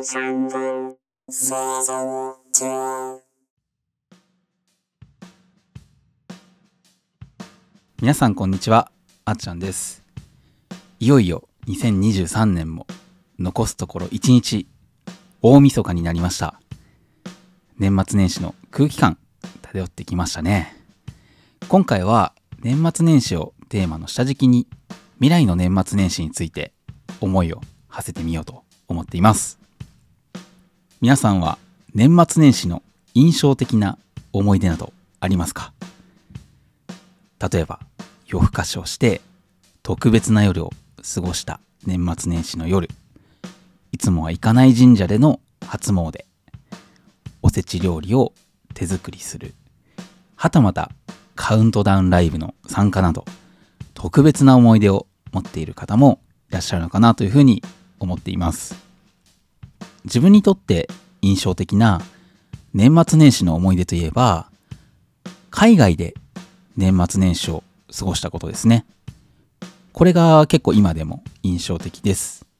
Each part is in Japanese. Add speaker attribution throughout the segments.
Speaker 1: 皆さんこんにちは、あっちゃんです。いよいよ2023年も残すところ1日、大晦日になりました。年末年始の空気感漂ってきましたね。今回は年末年始をテーマの下敷きに、未来の年末年始について思いを馳せてみようと思っています。皆さんは年末年始の印象的な思い出などありますか？例えば夜更かしをして特別な夜を過ごした年末年始の夜、いつもは行かない神社での初詣、おせち料理を手作りする、はたまたカウントダウンライブの参加など、特別な思い出を持っている方もいらっしゃるのかなというふうに思っています。自分にとって印象的な年末年始の思い出といえば、海外で年末年始を過ごしたことですね。これが結構今でも印象的です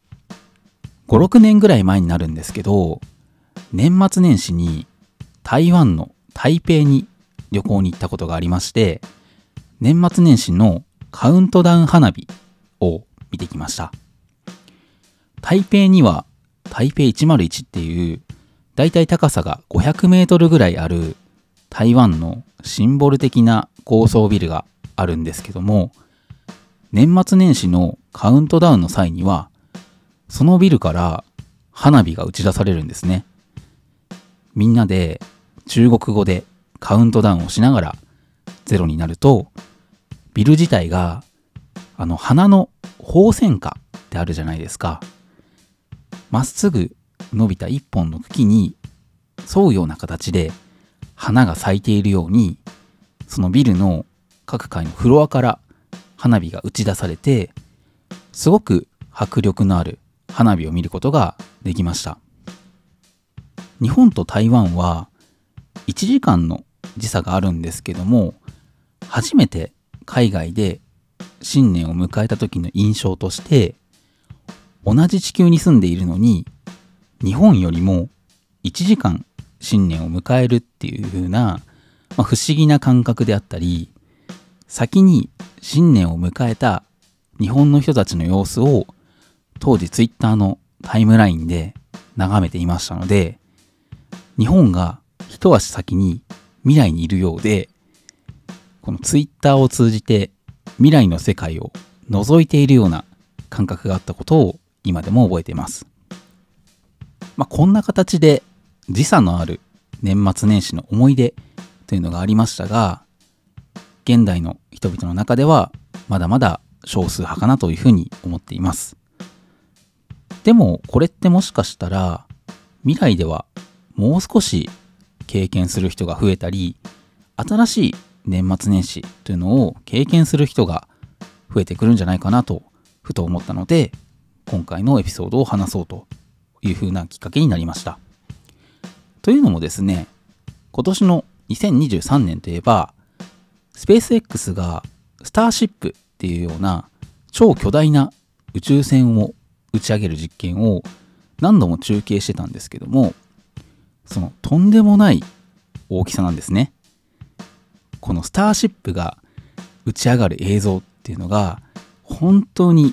Speaker 1: 。5、6年ぐらい前になるんですけど、年末年始に台湾の台北に旅行に行ったことがありまして、年末年始のカウントダウン花火を見てきました。台北には台北101っていうだいたい高さが500メートルぐらいある台湾のシンボル的な高層ビルがあるんですけども、年末年始のカウントダウンの際にはそのビルから花火が打ち出されるんですね。みんなで中国語でカウントダウンをしながらゼロになると、ビル自体が花のホウセンカってあるじゃないですか。まっすぐ伸びた一本の茎に沿うような形で花が咲いているように、そのビルの各階のフロアから花火が打ち出されて、すごく迫力のある花火を見ることができました。日本と台湾は1時間の時差があるんですけども、初めて海外で新年を迎えた時の印象として、同じ地球に住んでいるのに日本よりも1時間新年を迎えるっていう風な、不思議な感覚であったり、先に新年を迎えた日本の人たちの様子を当時ツイッターのタイムラインで眺めていましたので、日本が一足先に未来にいるようで、このツイッターを通じて未来の世界を覗いているような感覚があったことを今でも覚えています。こんな形で時差のある年末年始の思い出というのがありましたが、現代の人々の中ではまだまだ少数派かなというふうに思っています。でもこれってもしかしたら未来ではもう少し経験する人が増えたり、新しい年末年始というのを経験する人が増えてくるんじゃないかなとふと思ったので、今回のエピソードを話そうというふうなきっかけになりました。というのもですね、今年の2023年といえば、スペース X がスターシップっていうような超巨大な宇宙船を打ち上げる実験を何度も中継してたんですけども、そのとんでもない大きさなんですね。このスターシップが打ち上がる映像っていうのが本当に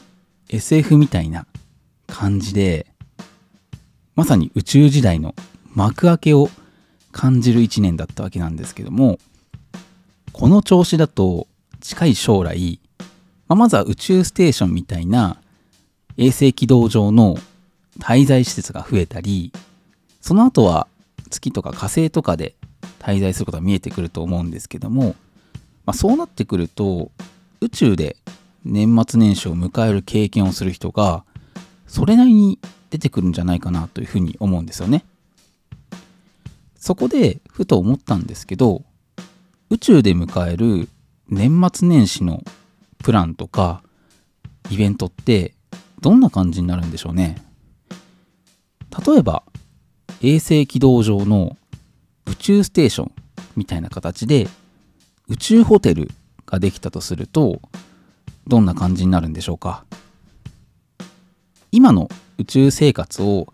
Speaker 1: SF みたいな感じで、まさに宇宙時代の幕開けを感じる一年だったわけなんですけども、この調子だと近い将来、まずは宇宙ステーションみたいな衛星軌道上の滞在施設が増えたり、その後は月とか火星とかで滞在することが見えてくると思うんですけども、そうなってくると宇宙で年末年始を迎える経験をする人がそれなりに出てくるんじゃないかなというふうに思うんですよね。そこでふと思ったんですけど、宇宙で迎える年末年始のプランとかイベントってどんな感じになるんでしょうね。例えば衛星軌道上の宇宙ステーションみたいな形で宇宙ホテルができたとすると、どんな感じになるんでしょうか。今の宇宙生活を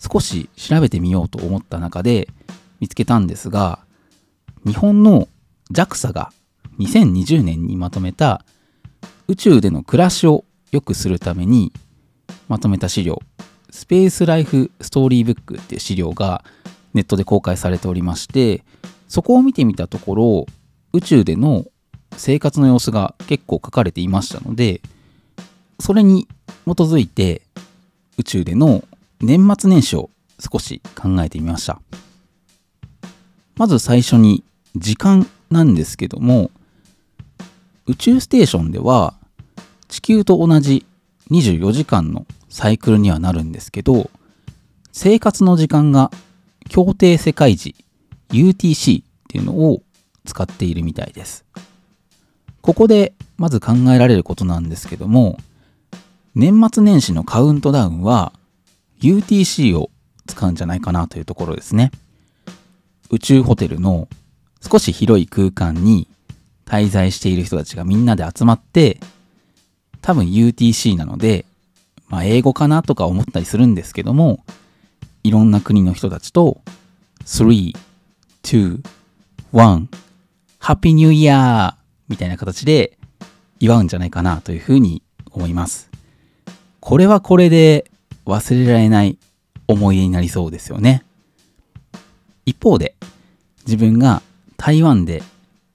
Speaker 1: 少し調べてみようと思った中で見つけたんですが、日本の JAXA が2020年にまとめた宇宙での暮らしを良くするためにまとめた資料、スペースライフストーリーブックっていう資料がネットで公開されておりまして、そこを見てみたところ、宇宙での生活の様子が結構書かれていましたので、それに基づいて宇宙での年末年始を少し考えてみました。まず最初に時間なんですけども、宇宙ステーションでは地球と同じ24時間のサイクルにはなるんですけど、生活の時間が協定世界時 UTC っていうのを使っているみたいです。ここでまず考えられることなんですけども、年末年始のカウントダウンは UTC を使うんじゃないかなというところですね。宇宙ホテルの少し広い空間に滞在している人たちがみんなで集まって、多分 UTC なので、英語かなとか思ったりするんですけども、いろんな国の人たちと3、2、1、Happy New Year みたいな形で祝うんじゃないかなというふうに思います。これはこれで忘れられない思い出になりそうですよね。一方で、自分が台湾で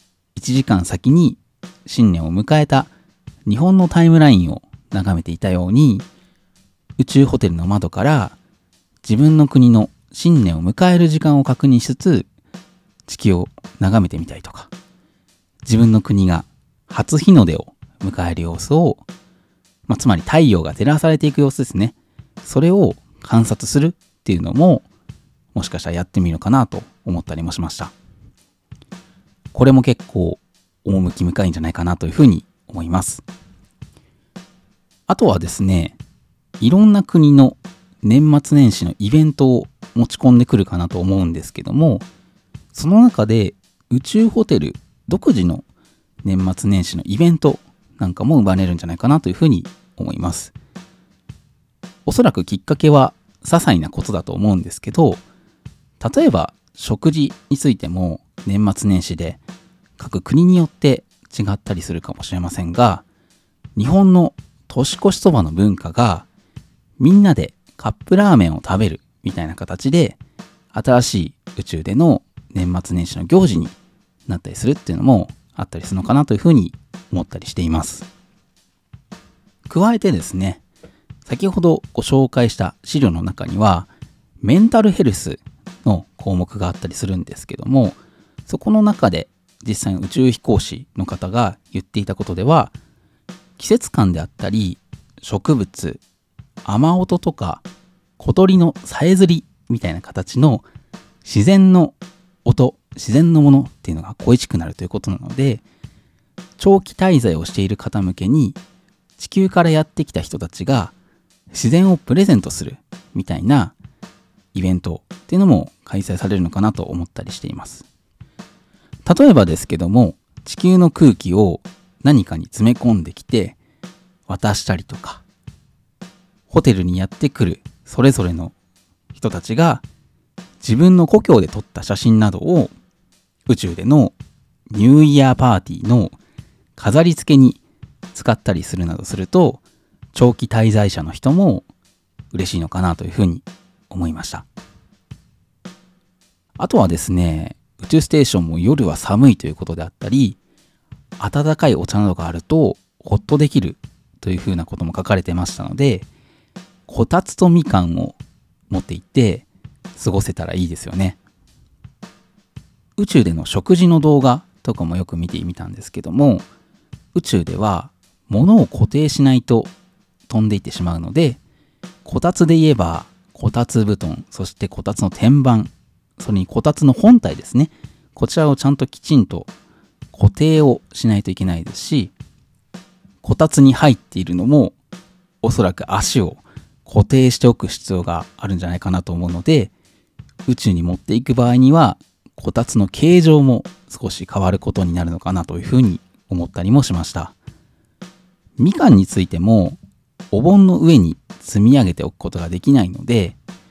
Speaker 1: 1時間先に新年を迎えた日本のタイムラインを眺めていたように、宇宙ホテルの窓から自分の国の新年を迎える時間を確認しつつ地球を眺めてみたりとか、自分の国が初日の出を迎える様子を、つまり太陽が照らされていく様子ですね。それを観察するっていうのももしかしたらやってみるのかなと思ったりもしました。これも結構趣深いんじゃないかなというふうに思います。あとはですね、いろんな国の年末年始のイベントを持ち込んでくるかなと思うんですけども、その中で宇宙ホテル独自の年末年始のイベントなんかも生まれるんじゃないかなというふうに思います。おそらくきっかけは些細なことだと思うんですけど、例えば食事についても年末年始で各国によって違ったりするかもしれませんが、日本の年越しそばの文化がみんなでカップラーメンを食べるみたいな形で新しい宇宙での年末年始の行事になったりするっていうのもあったりするのかなというふうに思ったりしています。加えてですね、先ほどご紹介した資料の中にはメンタルヘルスの項目があったりするんですけども、そこの中で実際の宇宙飛行士の方が言っていたことでは、季節感であったり植物、雨音とか小鳥のさえずりみたいな形の自然の音、自然のものっていうのが恋しくなるということなので、長期滞在をしている方向けに地球からやってきた人たちが自然をプレゼントするみたいなイベントっていうのも開催されるのかなと思ったりしています。例えばですけども、地球の空気を何かに詰め込んできて渡したりとか、ホテルにやってくるそれぞれの人たちが自分の故郷で撮った写真などを宇宙でのニューイヤーパーティーの飾り付けに使ったりするなどすると、長期滞在者の人も嬉しいのかなというふうに思いました。あとはですね、宇宙ステーションも夜は寒いということであったり、温かいお茶などがあるとホッとできるというふうなことも書かれてましたので、こたつとみかんを持って行って過ごせたらいいですよね。宇宙での食事の動画とかもよく見てみたんですけども、宇宙では物を固定しないと飛んでいってしまうので、こたつで言えばこたつ布団、そしてこたつの天板、それにこたつの本体ですね、こちらをちゃんときちんと固定をしないといけないですし、こたつに入っているのもおそらく足を固定しておく必要があるんじゃないかなと思うので、宇宙に持っていく場合にはこたつの形状も少し変わることになるのかなというふうに思ったりもしました。みかんについてもお盆の上に積み上げておくことができないので、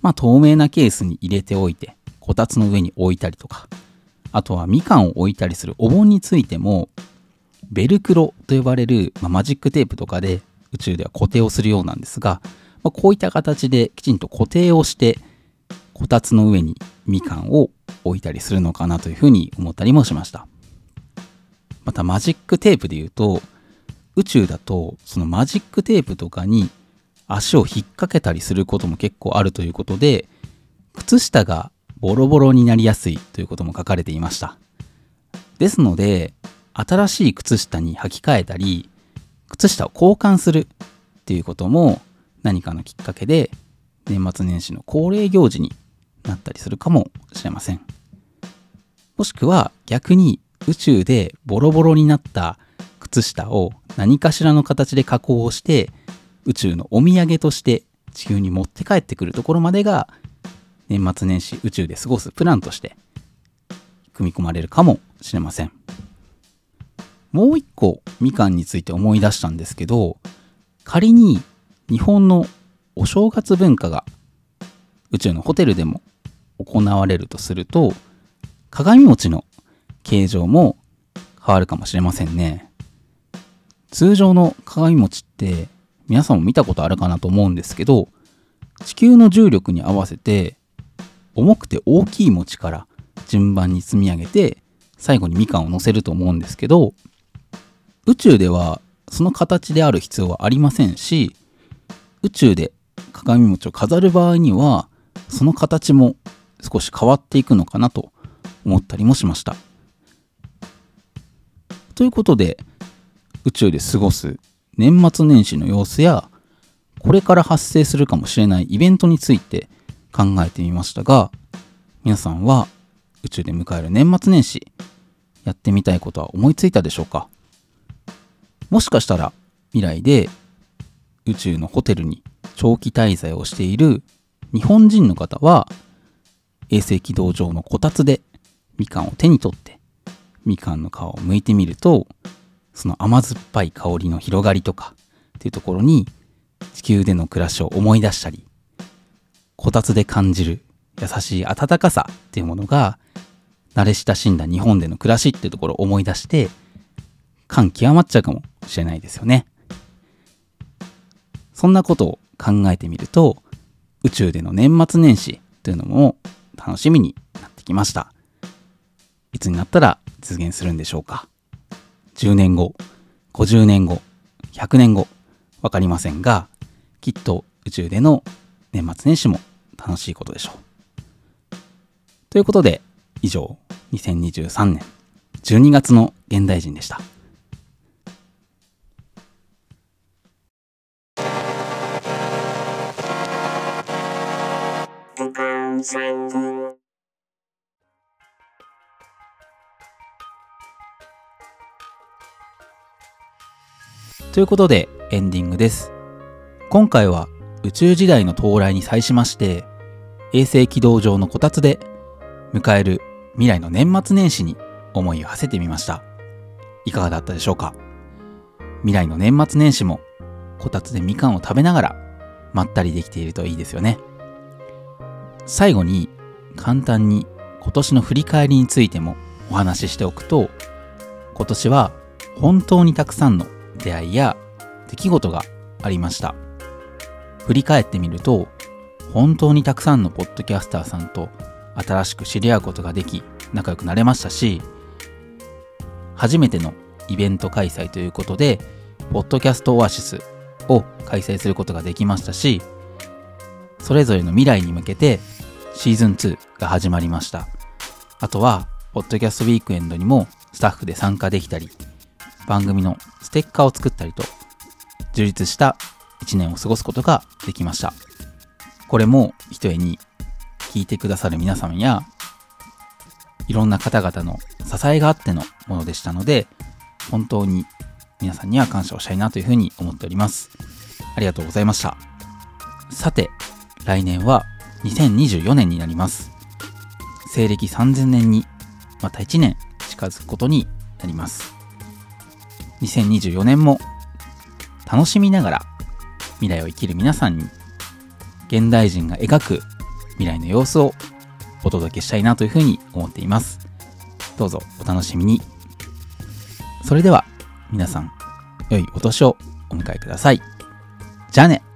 Speaker 1: 透明なケースに入れておいてこたつの上に置いたりとか、あとはみかんを置いたりするお盆についてもベルクロと呼ばれる、マジックテープとかで宇宙では固定をするようなんですが、こういった形できちんと固定をしてこたつの上にみかんを置いたりするのかなというふうに思ったりもしました。またマジックテープでいうと、宇宙だとそのマジックテープとかに足を引っ掛けたりすることも結構あるということで、靴下がボロボロになりやすいということも書かれていました。ですので新しい靴下に履き替えたり靴下を交換するっていうことも何かのきっかけで年末年始の恒例行事になったりするかもしれません。もしくは逆に宇宙でボロボロになった靴下を何かしらの形で加工をして宇宙のお土産として地球に持って帰ってくるところまでが年末年始宇宙で過ごすプランとして組み込まれるかもしれません。もう一個みかんについて思い出したんですけど、仮に日本のお正月文化が宇宙のホテルでも行われるとすると、鏡餅の形状も変わるかもしれませんね。通常の鏡餅って皆さんも見たことあるかなと思うんですけど、地球の重力に合わせて重くて大きい餅から順番に積み上げて最後にみかんを乗せると思うんですけど、宇宙ではその形である必要はありませんし、宇宙で鏡餅を飾る場合にはその形も少し変わっていくのかなと思ったりもしました。ということで、宇宙で過ごす年末年始の様子やこれから発生するかもしれないイベントについて考えてみましたが、皆さんは宇宙で迎える年末年始やってみたいことは思いついたでしょうか？もしかしたら未来で宇宙のホテルに長期滞在をしている日本人の方は衛星軌道上のこたつでみかんを手に取ってみかんの皮を剥いてみると、その甘酸っぱい香りの広がりとかっていうところに地球での暮らしを思い出したり、こたつで感じる優しい温かさっていうものが慣れ親しんだ日本での暮らしっていうところを思い出して感極まっちゃうかもしれないですよね。そんなことを考えてみると、宇宙での年末年始というのも楽しみになってきました。いつになったら実現するんでしょうか。10年後、50年後、100年後、わかりませんが、きっと宇宙での年末年始も楽しいことでしょう。ということで、以上、2023年12月の現代人でした。ということでエンディングです。今回は宇宙時代の到来に際しまして衛星軌道上のこたつで迎える未来の年末年始に思いを馳せてみました。いかがだったでしょうか？未来の年末年始もこたつでみかんを食べながらまったりできているといいですよね。最後に簡単に今年の振り返りについてもお話ししておくと、今年は本当にたくさんの出会いや出来事がありました。振り返ってみると、本当にたくさんのポッドキャスターさんと新しく知り合うことができ仲良くなれましたし、初めてのイベント開催ということでポッドキャストオアシスを開催することができましたし、それぞれの未来に向けてシーズン2が始まりました。あとはポッドキャストウィークエンドにもスタッフで参加できたり、番組のステッカーを作ったりと充実した1年を過ごすことができました。これもひとえに聞いてくださる皆様やいろんな方々の支えがあってのものでしたので、本当に皆さんには感謝をしたいなというふうに思っております。ありがとうございました。さて、来年は2024年になります。西暦3000年にまた1年近づくことになります。2024年も楽しみながら未来を生きる皆さんに、現代人が描く未来の様子をお届けしたいなというふうに思っています。どうぞお楽しみに。それでは皆さん、良いお年をお迎えください。じゃあね。